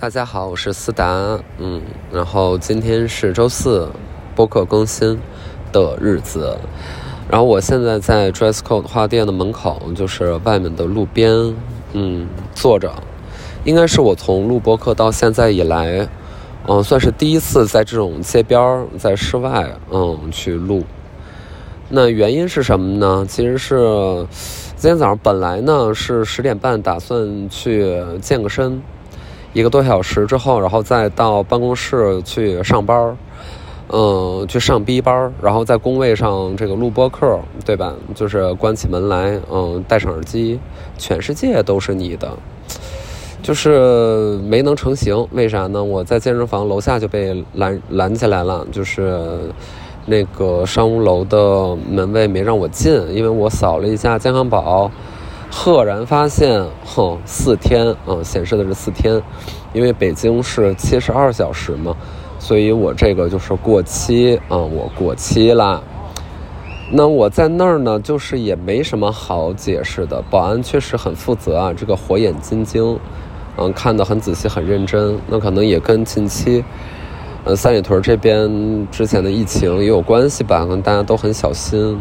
大家好，我是思达，然后今天是周四，播客更新的日子。然后我现在在 Dress Code 花店的门口，就是外面的路边，坐着。应该是我从录播客到现在以来，算是第一次在这种街边，在室外，去录。那原因是什么呢？其实是今天早上本来呢是10点半打算去健个身，1个多小时之后，然后再到办公室去上班，去上 B 班，然后在工位上这个录播课，对吧？就是关起门来，戴上耳机，全世界都是你的，就是没能成行。为啥呢？我在健身房楼下就被拦起来了，就是那个商务楼的门卫没让我进，因为我扫了一下健康宝，赫然发现4天，显示的是4天，因为北京是72小时嘛，所以我这个就是过期，我过期啦。那我在那儿呢，就是也没什么好解释的，保安确实很负责啊，这个火眼金睛，看得很仔细很认真。那可能也跟近期三里屯这边之前的疫情也有关系吧，可能大家都很小心。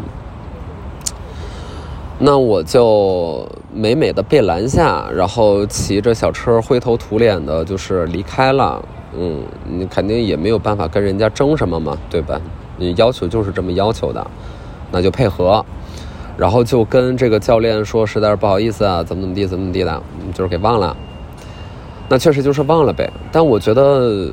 那我就美美的被拦下，然后骑着小车灰头土脸的就是离开了。你肯定也没有办法跟人家争什么嘛，对吧？你要求就是这么要求的，那就配合。然后就跟这个教练说，实在是不好意思啊，怎么地的，就是给忘了。那确实就是忘了呗。但我觉得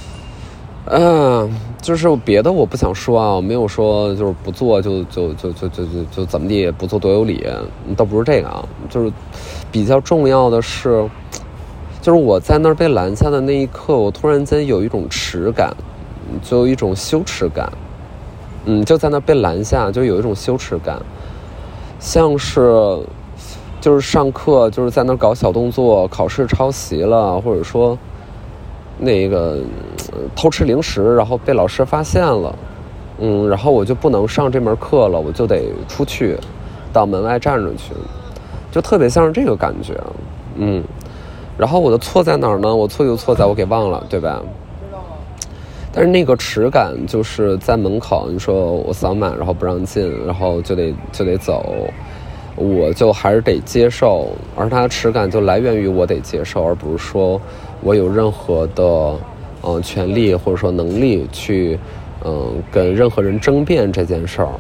就是别的我不想说啊，我没有说就是不做就怎么地，不做多有理，倒不是这个啊，就是比较重要的是，就是我在那儿被拦下的那一刻，我突然间有一种耻感，就有一种羞耻感，就在那儿被拦下，就有一种羞耻感，像是就是上课就是在那儿搞小动作，考试抄袭了，或者说那个偷吃零食，然后被老师发现了，然后我就不能上这门课了，我就得出去到门外站着去，就特别像是这个感觉，然后我的错在哪儿呢？我错就错在我给忘了，对吧？但是那个耻感就是在门口，你说我扫码然后不让进，然后就得走，我就还是得接受，而它的耻感就来源于我得接受，而不是说我有任何的权利或者说能力去跟任何人争辩这件事儿，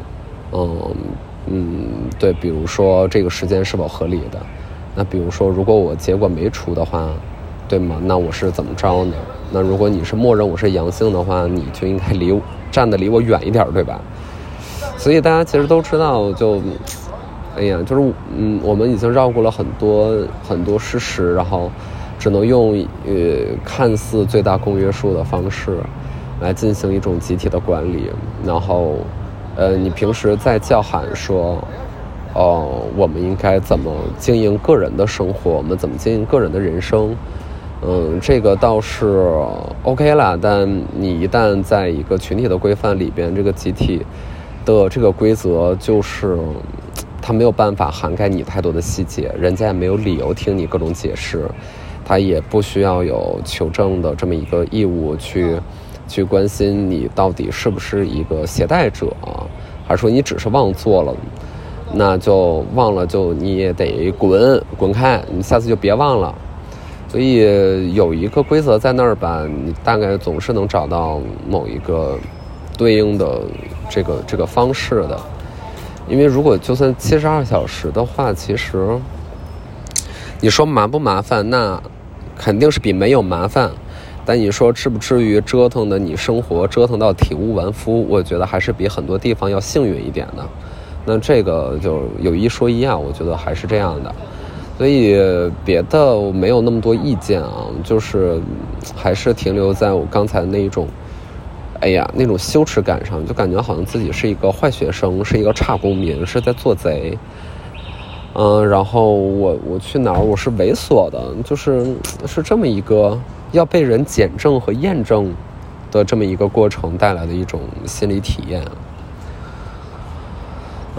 对，比如说这个时间是否合理的，那比如说如果我结果没出的话，对吗？那我是怎么着呢？那如果你是默认我是阳性的话，你就应该站得离我远一点，对吧？所以大家其实都知道，就是我们已经绕过了很多事实，然后只能用看似最大公约数的方式来进行一种集体的管理。然后你平时在叫喊说我们应该怎么经营个人的生活，我们怎么经营个人的人生，这个倒是 OK 啦。但你一旦在一个群体的规范里边，这个集体的这个规则就是它没有办法涵盖你太多的细节，人家也没有理由听你各种解释，他也不需要有求证的这么一个义务去关心你到底是不是一个携带者，还是说你只是忘做了，那就忘了就你也得滚开，你下次就别忘了。所以有一个规则在那儿吧，你大概总是能找到某一个对应的这个方式的。因为如果就算72小时的话，其实你说麻不麻烦，那肯定是比没有麻烦，但你说至不至于折腾的你生活折腾到体无完肤，我觉得还是比很多地方要幸运一点的。那这个就有一说一啊，我觉得还是这样的。所以别的我没有那么多意见啊，就是还是停留在我刚才那一种那种羞耻感上，就感觉好像自己是一个坏学生，是一个差公民，是在做贼。然后我去哪儿我是猥琐的，是这么一个要被人检证和验证的这么一个过程带来的一种心理体验。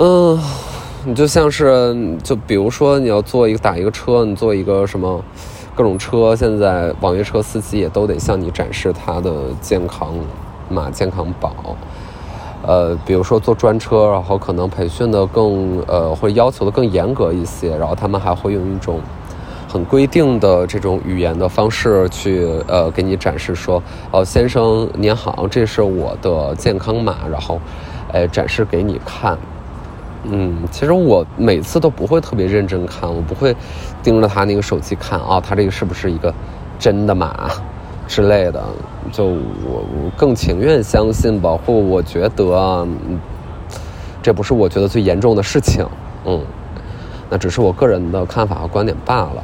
你就像是就比如说你要打一个车，你做一个什么各种车现在网约车司机也都得向你展示他的健康码、健康宝。比如说坐专车，然后可能培训的或者要求的更严格一些，然后他们还会用一种很规定的这种语言的方式去给你展示说，先生您好，这是我的健康码，然后展示给你看。其实我每次都不会特别认真看，我不会盯着他那个手机看他这个是不是一个真的码之类的，就我更情愿相信吧，或我觉得这不是我觉得最严重的事情，那只是我个人的看法和观点罢了。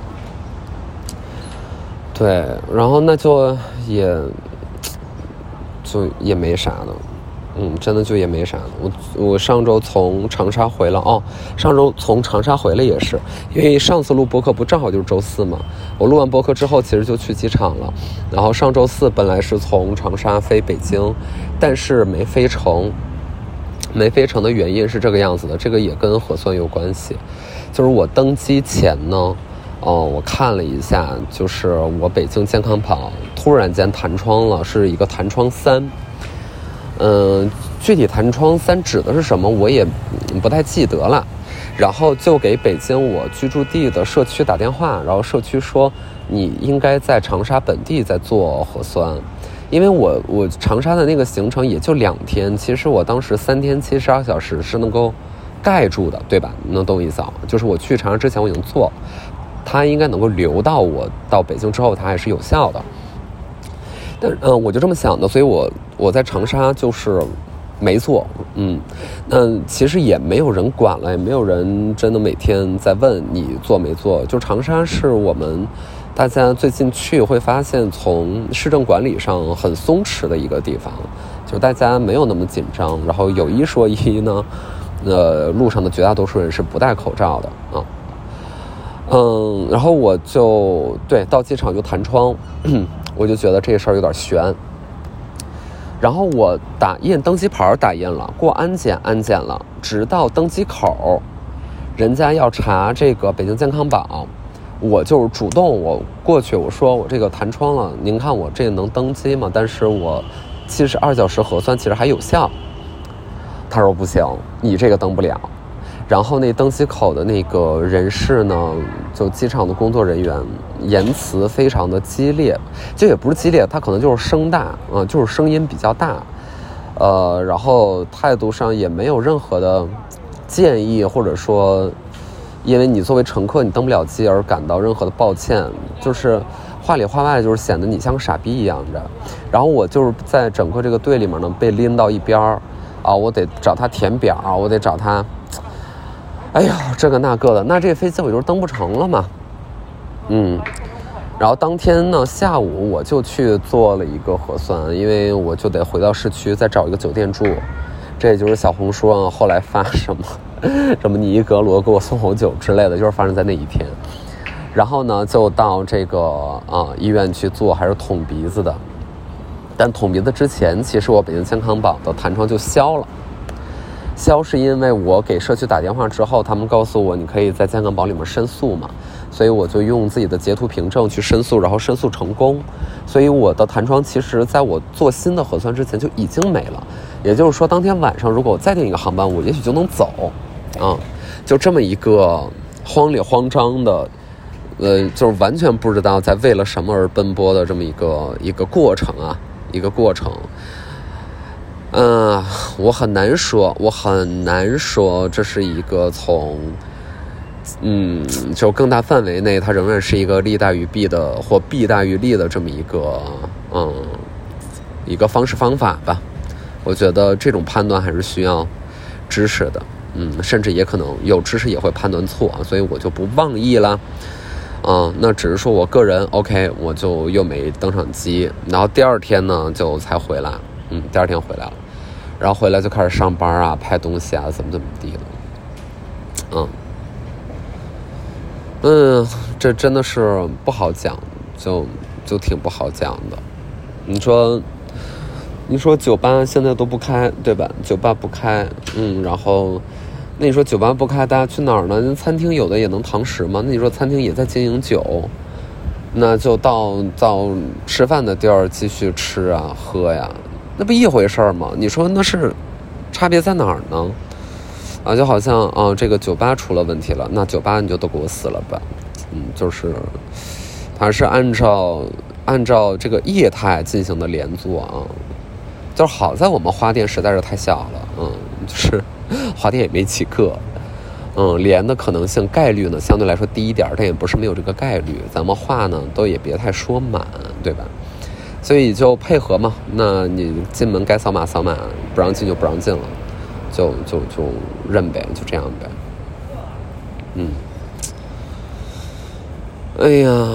对，然后那就也没啥的。真的就也没啥的。我上周从长沙回来上周从长沙回来也是，因为上次录播客不正好就是周四嘛。我录完播客之后，其实就去机场了。然后上周四本来是从长沙飞北京，但是没飞成。没飞成的原因是这个样子的，这个也跟核酸有关系。就是我登机前呢，我看了一下，就是我北京健康宝突然间弹窗了，是一个弹窗3。具体弹窗3指的是什么我也不太记得了，然后就给北京我居住地的社区打电话，然后社区说你应该在长沙本地在做核酸，因为我长沙的那个行程也就2天，其实我当时3天72小时是能够盖住的，对吧？能懂意思就是我去长沙之前我已经做，它应该能够留到我到北京之后它还是有效的。但我就这么想的，所以我在长沙就是没做，那其实也没有人管了，也没有人真的每天在问你做没做。就长沙是我们大家最近去会发现，从市政管理上很松弛的一个地方，就大家没有那么紧张。然后有一说一呢，路上的绝大多数人是不戴口罩的然后我就到机场就弹窗。我就觉得这事儿有点悬，然后我打印登机牌打印了，过安检了，直到登机口，人家要查这个北京健康宝，我就主动我过去，我说我这个弹窗了，您看我这个能登机吗？但是我72小时核酸其实还有效。他说不行，你这个登不了。然后那登机口的那个人士呢，就机场的工作人员言辞非常的激烈，就也不是激烈，他可能就是声大就是声音比较大，然后态度上也没有任何的建议，或者说因为你作为乘客你登不了机而感到任何的抱歉，就是话里话外就是显得你像个傻逼一样的。然后我就是在整个这个队里面呢被拎到一边我得找他填表，我得找他哎呀，这个那个的，那这个飞机我就是登不成了嘛。然后当天呢下午我就去做了一个核酸，因为我就得回到市区再找一个酒店住。这也就是小红书上后来发什么尼格罗给我送红酒之类的，就是发生在那一天。然后呢就到这个医院去做，还是捅鼻子的。但捅鼻子之前，其实我北京健康宝的弹窗就消了。消是因为我给社区打电话之后，他们告诉我你可以在健康宝里面申诉嘛，所以我就用自己的截图凭证去申诉，然后申诉成功。所以我的弹窗其实在我做新的核酸之前就已经没了，也就是说当天晚上如果我再订一个航班，我也许就能走就这么一个慌里慌张的就是完全不知道在为了什么而奔波的这么一个过程我很难说这是一个从就更大范围内它仍然是一个利大于弊的或弊大于利的这么一个方式方法吧。我觉得这种判断还是需要知识的，甚至也可能有知识也会判断错，所以我就不妄议了。那只是说我个人 OK， 我就又没登上机，然后第二天呢就才回来，第二天回来了，然后回来就开始上班拍东西怎么地的。这真的是不好讲，就挺不好讲的。你说酒吧现在都不开，对吧？酒吧不开，然后那你说酒吧不开，大家去哪儿呢？餐厅有的也能堂食吗？那你说餐厅也在经营酒， 那就到吃饭的地儿继续吃啊喝呀，那不一回事儿吗？你说那是差别在哪儿呢？啊，就好像这个酒吧出了问题了，那酒吧你就都给我死了吧。就是它是按照这个业态进行的连坐啊。就是好在我们花店实在是太小了，就是花店也没几个，连的可能性概率呢相对来说低一点，但也不是没有这个概率。咱们话呢都也别太说满，对吧？所以就配合嘛，那你进门该扫码扫码，不让进就不让进了，就认呗，就这样呗。哎呀，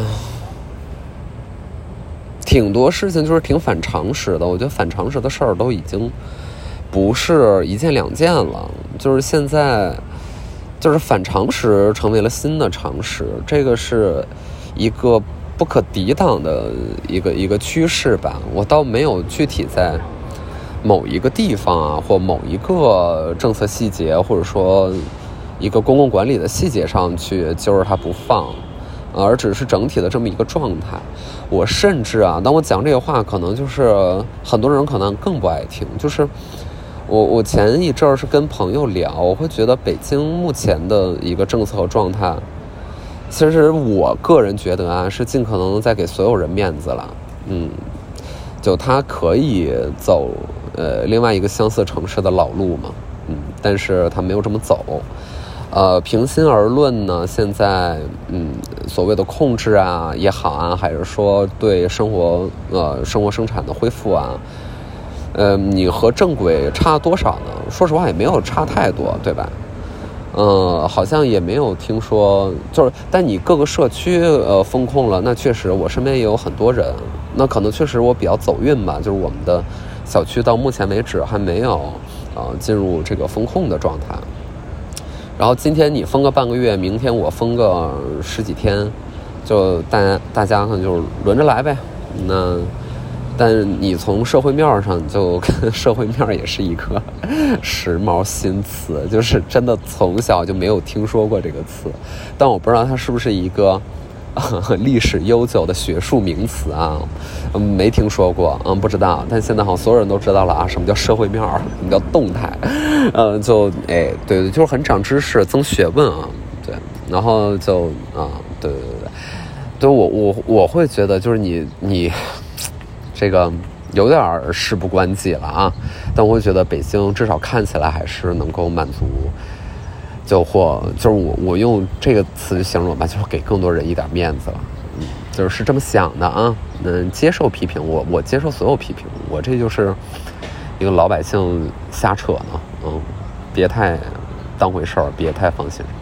挺多事情就是挺反常识的，我觉得反常识的事儿都已经不是一件两件了，就是现在就是反常识成为了新的常识，这个是一个不可抵挡的一个趋势吧。我倒没有具体在某一个地方啊，或某一个政策细节，或者说一个公共管理的细节上去揪着它不放，而只是整体的这么一个状态。我甚至当我讲这个话，可能就是很多人可能更不爱听，就是我前一阵儿是跟朋友聊，我会觉得北京目前的一个政策和状态，其实我个人觉得是尽可能在给所有人面子了。就他可以走另外一个相似城市的老路嘛，但是他没有这么走。平心而论呢，现在所谓的控制也好啊，还是说对生活生产的恢复你和正轨差多少呢？说实话也没有差太多，对吧？好像也没有听说，就是但你各个社区封控了，那确实我身边也有很多人，那可能确实我比较走运吧，就是我们的小区到目前为止还没有进入这个封控的状态。然后今天你封个半个月，明天我封个10几天，就大家可能就是轮着来呗。那但你从社会面上，就跟社会面也是一个时髦新词，就是真的从小就没有听说过这个词，但我不知道它是不是一个历史悠久的学术名词没听说过，不知道。但现在好像所有人都知道了什么叫社会面，什么叫动态，对，就是很长知识，增学问对，然后就对，我会觉得就是你这个有点事不关己了但我会觉得北京至少看起来还是能够满足。就是我用这个词形容吧，就是给更多人一点面子了，就是这么想的接受批评，我接受所有批评，我这就是一个老百姓瞎扯呢，别太当回事儿，别太放心。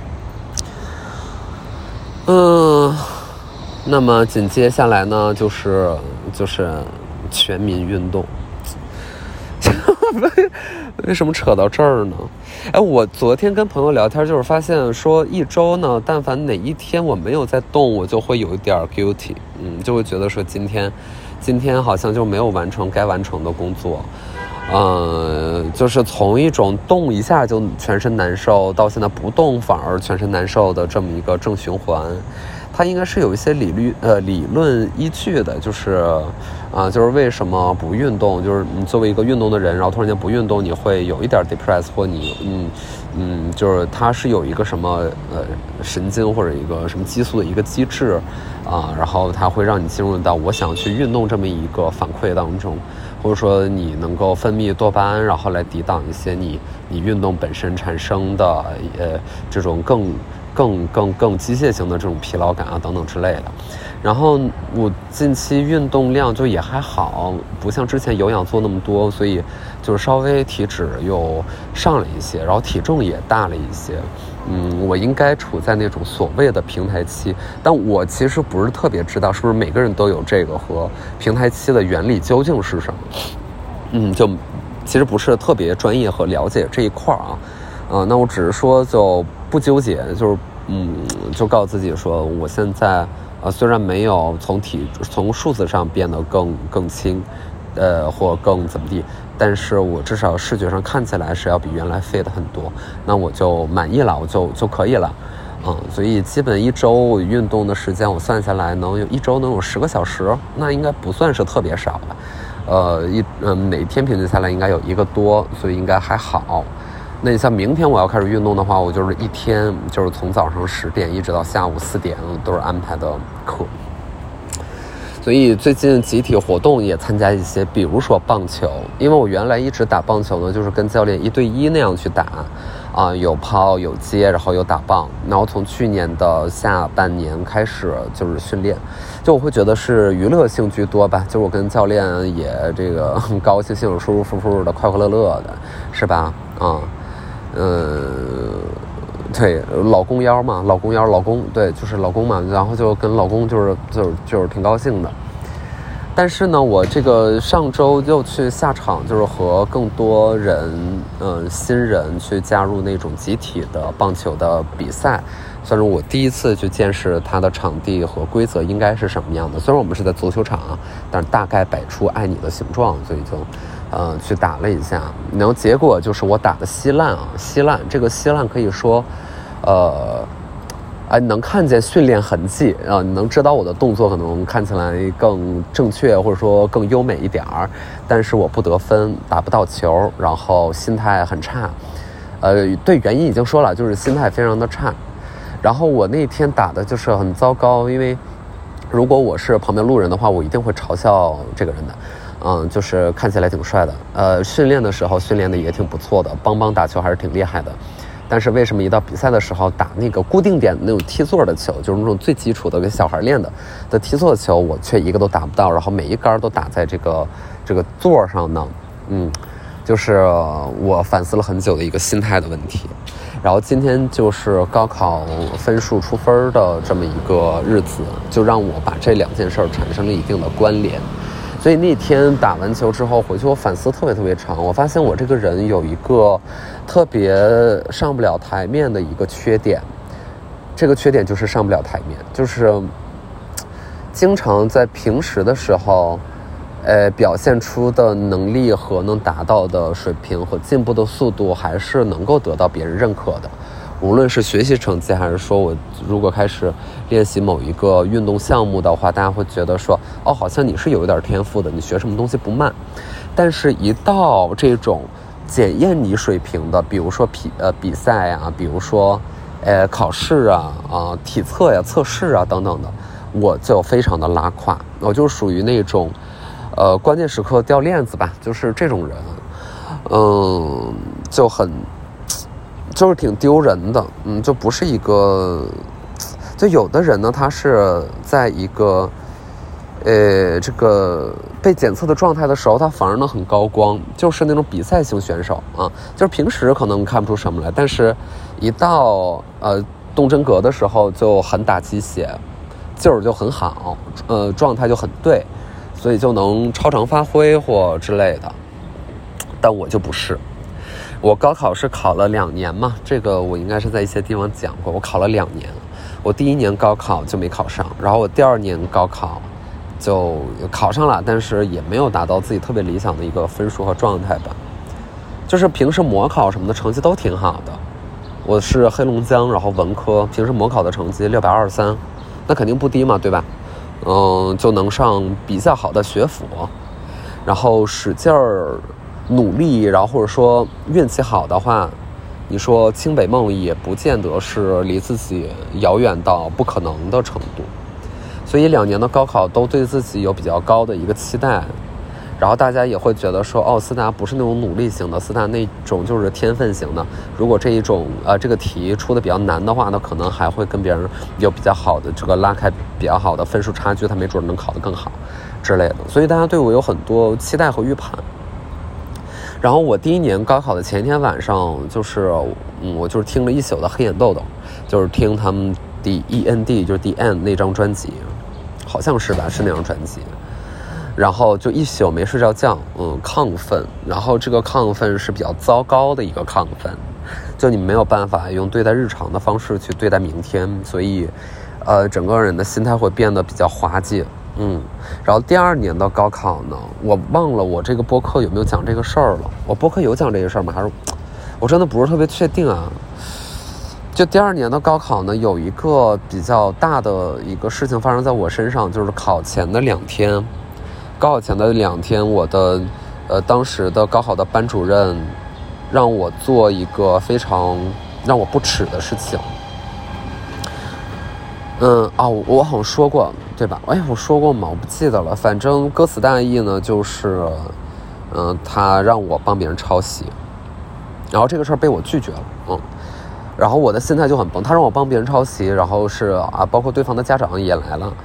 那么紧接下来呢，就是全民运动。为什么扯到这儿呢？我昨天跟朋友聊天，就是发现说一周呢，但凡哪一天我没有在动，我就会有一点 guilty，就会觉得说今天好像就没有完成该完成的工作，就是从一种动一下就全身难受，到现在不动反而全身难受的这么一个正循环。它应该是有一些理论依据的，就是为什么不运动，就是你作为一个运动的人，然后突然间不运动，你会有一点 depress， 或你就是它是有一个什么神经或者一个什么激素的一个机制然后它会让你进入到我想去运动这么一个反馈当中，或者说你能够分泌多巴胺，然后来抵挡一些你运动本身产生的这种更机械性的这种疲劳感等等之类的。然后我近期运动量就也还好，不像之前有氧做那么多，所以就是稍微体脂又上了一些，然后体重也大了一些。我应该处在那种所谓的平台期，但我其实不是特别知道是不是每个人都有这个和平台期的原理究竟是什么。就其实不是特别专业和了解这一块那我只是说就不纠结，就是就告诉自己说，我现在虽然没有从数字上变得更轻，或更怎么地，但是我至少视觉上看起来是要比原来fit很多，那我就满意了，我就可以了。 所以基本一周我运动的时间我算下来一周能有10个小时，那应该不算是特别少了。每天平均下来应该有1个多，所以应该还好。那你像明天我要开始运动的话，我就是一天就是从早上10点一直到下午4点都是安排的课。所以最近集体活动也参加一些，比如说棒球，因为我原来一直打棒球呢，就是跟教练1对1那样去打，有抛有接，然后有打棒。然后从去年的下半年开始就是训练，就我会觉得是娱乐性居多吧，就是我跟教练也这个很高兴，舒舒服服的，快快乐乐的，是吧？对，老公腰嘛，老公，对，就是老公嘛，然后就跟老公就是挺高兴的。但是呢，我这个上周又去下场，就是和更多人，新人去加入那种集体的棒球的比赛，算是我第一次去见识它的场地和规则应该是什么样的。虽然我们是在足球场，但是大概摆出爱你的形状，所以就去打了一下，然后结果就是我打的稀烂，这个稀烂可以说能看见训练痕迹你能知道我的动作可能看起来更正确或者说更优美一点但是我不得分，打不到球，然后心态很差。对，原因已经说了，就是心态非常的差。然后我那天打的就是很糟糕，因为如果我是旁边路人的话，我一定会嘲笑这个人的。就是看起来挺帅的，训练的时候训练的也挺不错的，邦打球还是挺厉害的。但是为什么一到比赛的时候打那个固定点那种踢座的球，就是那种最基础的跟小孩练的踢座球，我却一个都打不到，然后每一杆都打在这个座上呢？就是我反思了很久的一个心态的问题。然后今天就是高考分数出分的这么一个日子，就让我把这2件事产生了一定的关联。所以那天打完球之后回去，我反思特别长。我发现我这个人有一个特别上不了台面的一个缺点，这个缺点就是上不了台面，就是经常在平时的时候表现出的能力和能达到的水平和进步的速度还是能够得到别人认可的。无论是学习成绩，还是说我如果开始练习某一个运动项目的话，大家会觉得说好像你是有一点天赋的，你学什么东西不慢。但是一到这种检验你水平的，比如说比赛啊，比如说考试体测呀、测试啊等等的，我就非常的拉胯。我就属于那种关键时刻掉链子吧，就是这种人。就是挺丢人的，就不是一个，就有的人呢，他是在一个，这个被检测的状态的时候，他反而能很高光，就是那种比赛型选手就是平时可能看不出什么来，但是一到动真格的时候就很打鸡血，劲儿就很好，状态就很对，所以就能超常发挥或之类的，但我就不是。我高考是考了2年嘛，这个我应该是在一些地方讲过，我考了2年。我第1年高考就没考上，然后我第2年高考就考上了，但是也没有达到自己特别理想的一个分数和状态吧。就是平时模考什么的成绩都挺好的，我是黑龙江，然后文科，平时模考的成绩623，那肯定不低嘛，对吧？就能上比较好的学府，然后使劲儿努力，然后或者说运气好的话，你说清北梦也不见得是离自己遥远到不可能的程度。所以2年的高考都对自己有比较高的一个期待，然后大家也会觉得说思达不是那种努力型的，思达那种就是天分型的。如果这一种这个题出的比较难的话，那可能还会跟别人有比较好的这个拉开比较好的分数差距，他没准能考得更好之类的。所以大家对我有很多期待和预判。然后我第1年高考的前一天晚上，就是我就是听了一宿的黑眼豆豆，就是听他们DEND 就是 DN 那张专辑，好像是吧，是那张专辑。然后就一宿没睡着觉，亢奋。然后这个亢奋是比较糟糕的一个亢奋，就你没有办法用对待日常的方式去对待明天，所以整个人的心态会变得比较滑稽。然后第2年的高考呢，我忘了我这个播客有没有讲这个事儿了。我播客有讲这个事儿吗？还是我真的不是特别确定啊。 就第2年的高考呢，有一个比较大的一个事情发生在我身上，就是考前的2天，高考前的2天，我的当时的高考的班主任让我做一个非常让我不耻的事情。我好像说过对吧？我说过吗？我不记得了。反正歌词大意呢，就是他让我帮别人抄袭，然后这个事儿被我拒绝了。然后我的心态就很崩。他让我帮别人抄袭，然后是包括对方的家长也来了。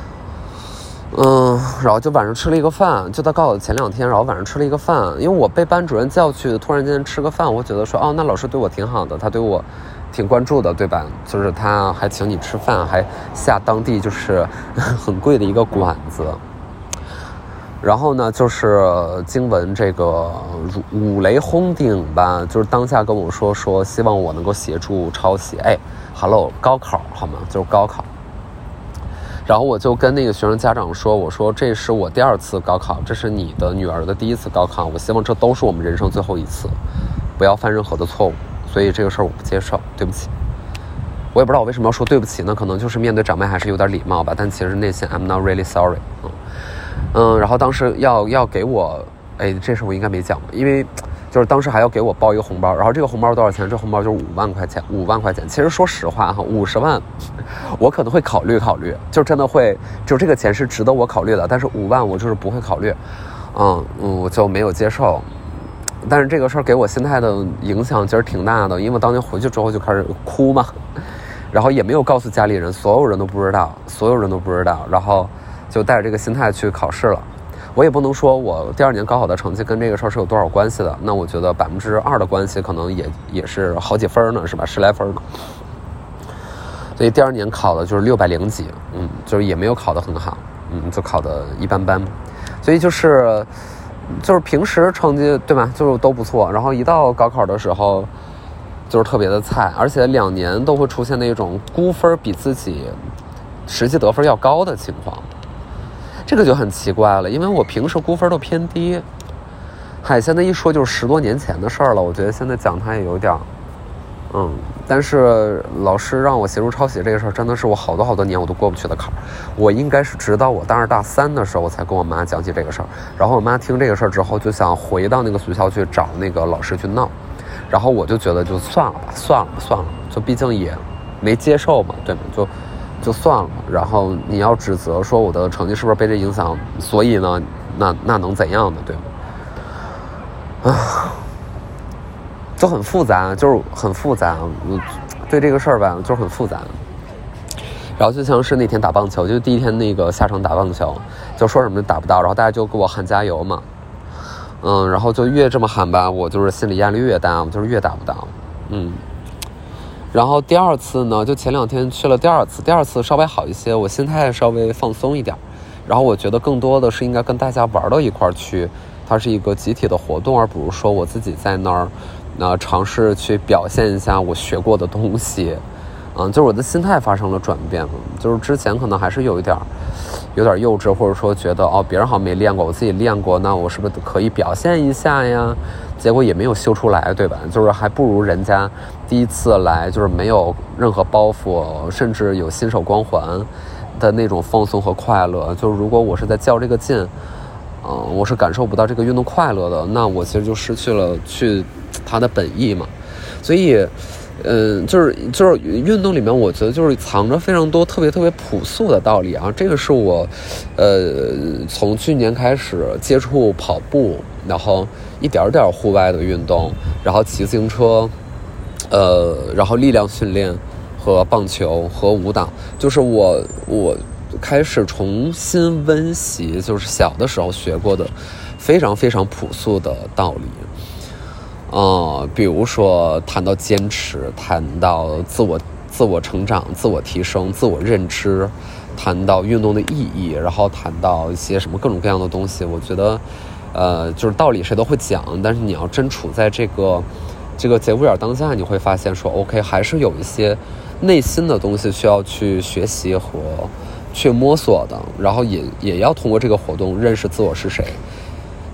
然后就晚上吃了一个饭，就在高考的前2天，然后晚上吃了一个饭，因为我被班主任叫去，突然间吃个饭，我觉得说那老师对我挺好的，他对我挺关注的，对吧？就是他还请你吃饭，还下当地就是很贵的一个馆子。然后呢，就是经文这个五雷轰顶吧，就是当下跟我说希望我能够协助抄袭。hello， 高考好吗？就是高考。然后我就跟那个学生家长说，我说这是我第2次高考，这是你的女儿的第1次高考，我希望这都是我们人生最后一次，不要犯任何的错误，所以这个事儿我不接受，对不起。我也不知道我为什么要说对不起呢，可能就是面对长辈还是有点礼貌吧，但其实内心 I'm not really sorry。然后当时要给我，这事我应该没讲，因为就是当时还要给我包一个红包，然后这个红包多少钱？这红包就是5万块钱，5万块钱。其实说实话50万，我可能会考虑，就真的会，就这个钱是值得我考虑的，但是5万我就是不会考虑，我就没有接受。但是这个事儿给我心态的影响其实挺大的，因为我当年回去之后就开始哭嘛，然后也没有告诉家里人，所有人都不知道，然后就带着这个心态去考试了。我也不能说我第2年高考的成绩跟这个事儿是有多少关系的，那我觉得2%的关系可能也是好几分呢，是吧？10来分呢。所以第2年考的就是600几，就是也没有考得很好，就考得一般般。所以就是平时成绩对吧，就是都不错，然后一到高考的时候就是特别的菜，而且2年都会出现那种估分比自己实际得分要高的情况。这个就很奇怪了，因为我平时估分都偏低。现在一说就是10多年前的事儿了，我觉得现在讲它也有点但是老师让我协助抄袭这个事儿，真的是我好多年我都过不去的坎儿。我应该是直到我大2大3的时候，我才跟我妈讲起这个事儿。然后我妈听这个事儿之后，就想回到那个学校去找那个老师去闹。然后我就觉得就算了吧，就毕竟也没接受嘛，对吗？就算了。然后你要指责说我的成绩是不是被这影响，所以呢，那能怎样呢，对吗？就很复杂，就是很复杂。对这个事儿吧，就是很复杂。然后就像是那天打棒球，就第1天那个下场打棒球，就说什么打不到，然后大家就给我喊加油嘛。然后就越这么喊吧，我就是心理压力越大，我就是越打不到。然后第2次呢，就前2天去了第2次稍微好一些，我心态稍微放松一点。然后我觉得更多的是应该跟大家玩到一块儿去，它是一个集体的活动，而不是说我自己在那儿尝试去表现一下我学过的东西。就是我的心态发生了转变，就是之前可能还是有点幼稚，或者说觉得别人好像没练过，我自己练过，那我是不是可以表现一下呀？结果也没有秀出来，对吧？就是还不如人家第1次来就是没有任何包袱，甚至有新手光环的那种放松和快乐。就是如果我是在较这个劲，我是感受不到这个运动快乐的，那我其实就失去了去它的本意嘛。所以就是运动里面，我觉得就是藏着非常多特别朴素的道理啊。这个是我从去年开始接触跑步，然后一点户外的运动，然后骑自行车，然后力量训练和棒球和舞蹈，就是我开始重新温习，就是小的时候学过的非常朴素的道理。比如说谈到坚持，谈到自我成长、自我提升、自我认知，谈到运动的意义，然后谈到一些什么各种各样的东西。我觉得就是道理谁都会讲，但是你要真处在这个节骨眼当下，你会发现说 OK， 还是有一些内心的东西需要去学习和去摸索的，然后也要通过这个活动认识自我是谁。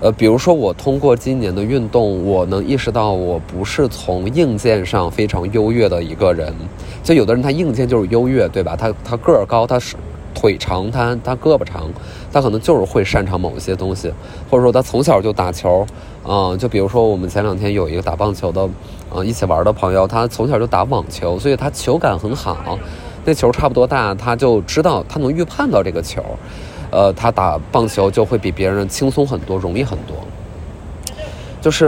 比如说我通过今年的运动，我能意识到我不是从硬件上非常优越的一个人。就有的人他硬件就是优越，对吧？他个儿高，他是腿长，他胳膊长，他可能就是会擅长某一些东西，或者说他从小就打球。就比如说我们前2天有一个打棒球的，一起玩的朋友，他从小就打网球，所以他球感很好。那球差不多大，他就知道他能预判到这个球。他打棒球就会比别人轻松很多，容易很多。就是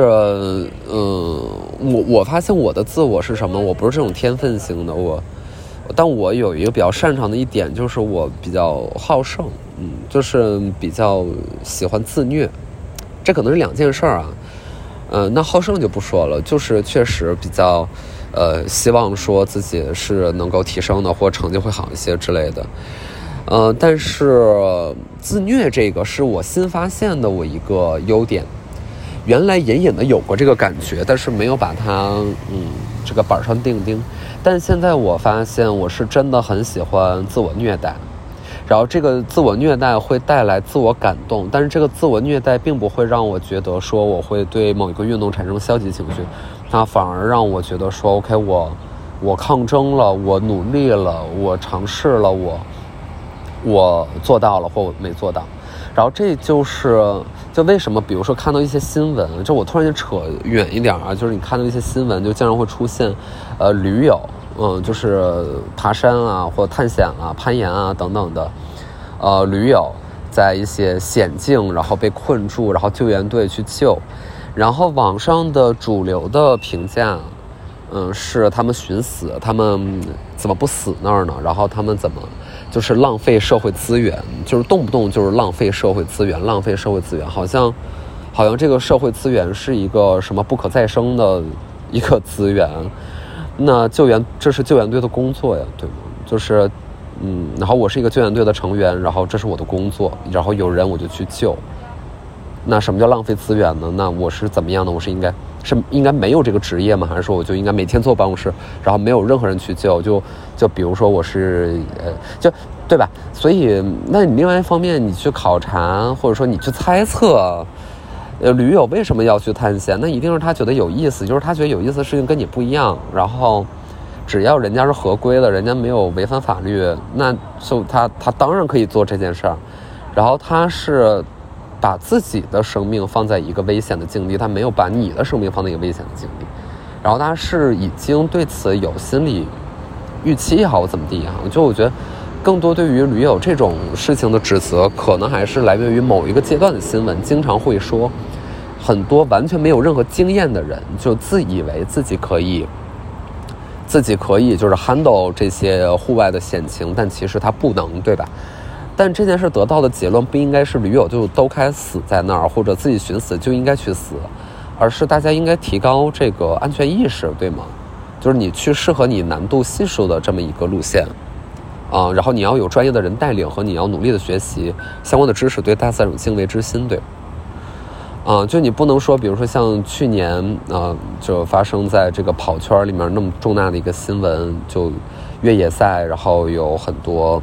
我发现我的自我是什么？我不是这种天分型的，但我有一个比较擅长的一点，就是我比较好胜，就是比较喜欢自虐。这可能是2件事啊。那好胜就不说了，就是确实比较希望说自己是能够提升的，或成绩会好一些之类的。但是自虐这个是我新发现的我一个优点，原来隐隐的有过这个感觉，但是没有把它这个板上钉钉。但现在我发现我是真的很喜欢自我虐待，然后这个自我虐待会带来自我感动，但是这个自我虐待并不会让我觉得说我会对某一个运动产生消极情绪，它反而让我觉得说 OK， 我抗争了，我努力了，我尝试了，我做到了或我没做到。然后这就为什么比如说看到一些新闻，这我突然间扯远一点啊，就是你看到一些新闻就经常会出现驴友就是爬山啊或探险啊攀岩啊等等的驴友在一些险境然后被困住，然后救援队去救，然后网上的主流的评价是他们寻死，他们怎么不死那儿呢？然后他们怎么就是浪费社会资源，就是动不动就是浪费社会资源，好像这个社会资源是一个什么不可再生的一个资源。那这是救援队的工作呀，对吗？就是然后我是一个救援队的成员，然后这是我的工作，然后有人我就去救。那什么叫浪费资源呢？那我是怎么样的？我是应该没有这个职业吗？还是说我就应该每天坐办公室，然后没有任何人去救？就比如说我是就对吧？所以那你另外一方面你去考察或者说你去猜测驴友为什么要去探险，那一定是他觉得有意思，就是他觉得有意思的事情跟你不一样，然后只要人家是合规的，人家没有违反法律，那就他当然可以做这件事儿。然后他是把自己的生命放在一个危险的境地，他没有把你的生命放在一个危险的境地，然后他是已经对此有心理预期也好怎么地也好。我觉得更多对于驴友这种事情的指责，可能还是来源于某一个阶段的新闻，经常会说很多完全没有任何经验的人就自以为自己可以就是 handle 这些户外的险情，但其实他不能，对吧？但这件事得到的结论不应该是驴友就都该死在那儿，或者自己寻死就应该去死，而是大家应该提高这个安全意识，对吗？就是你去适合你难度系数的这么一个路线然后你要有专业的人带领，和你要努力的学习相关的知识，对大自然有敬畏之心，对就你不能说比如说像去年就发生在这个跑圈里面那么重大的一个新闻，就越野赛，然后有很多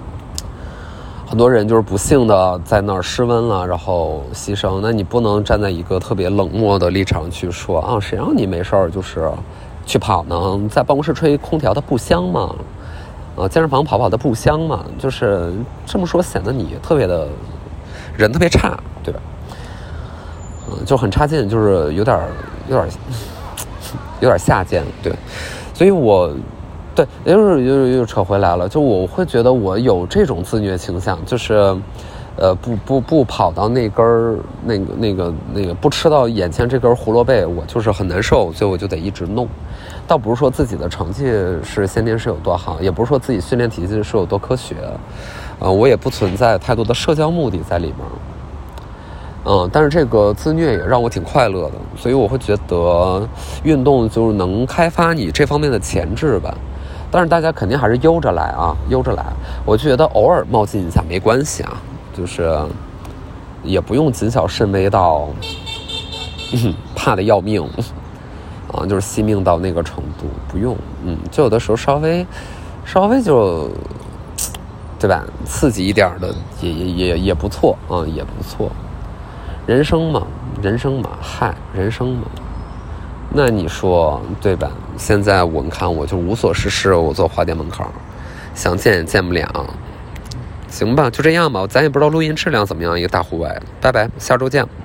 人就是不幸的在那儿失温了，然后牺牲。那你不能站在一个特别冷漠的立场去说谁让你没事儿就是去跑呢？在办公室吹空调的不香吗？健身房跑的不香嘛，就是这么说显得你特别的人特别差，对吧？就很差劲，就是有点下贱，对。所以对，又扯回来了，就我会觉得我有这种自虐倾向，就是不跑到那根那个不吃到眼前这根胡萝卜，我就是很难受，所以我就得一直弄。倒不是说自己的成绩是先天是有多好，也不是说自己训练体系是有多科学，我也不存在太多的社交目的在里面。但是这个自虐也让我挺快乐的，所以我会觉得运动就是能开发你这方面的潜质吧。但是大家肯定还是悠着来。我觉得偶尔冒进一下没关系啊，就是也不用谨小慎微到怕的要命就是惜命到那个程度，不用。就有的时候稍微就对吧，刺激一点的也不错也不错。 人生嘛，嗨，人生嘛。那你说对吧？现在我们看，我就无所事事，我坐花店门口，想见也见不了。行吧，就这样吧，咱也不知道录音质量怎么样，一个大户外的。拜拜，下周见。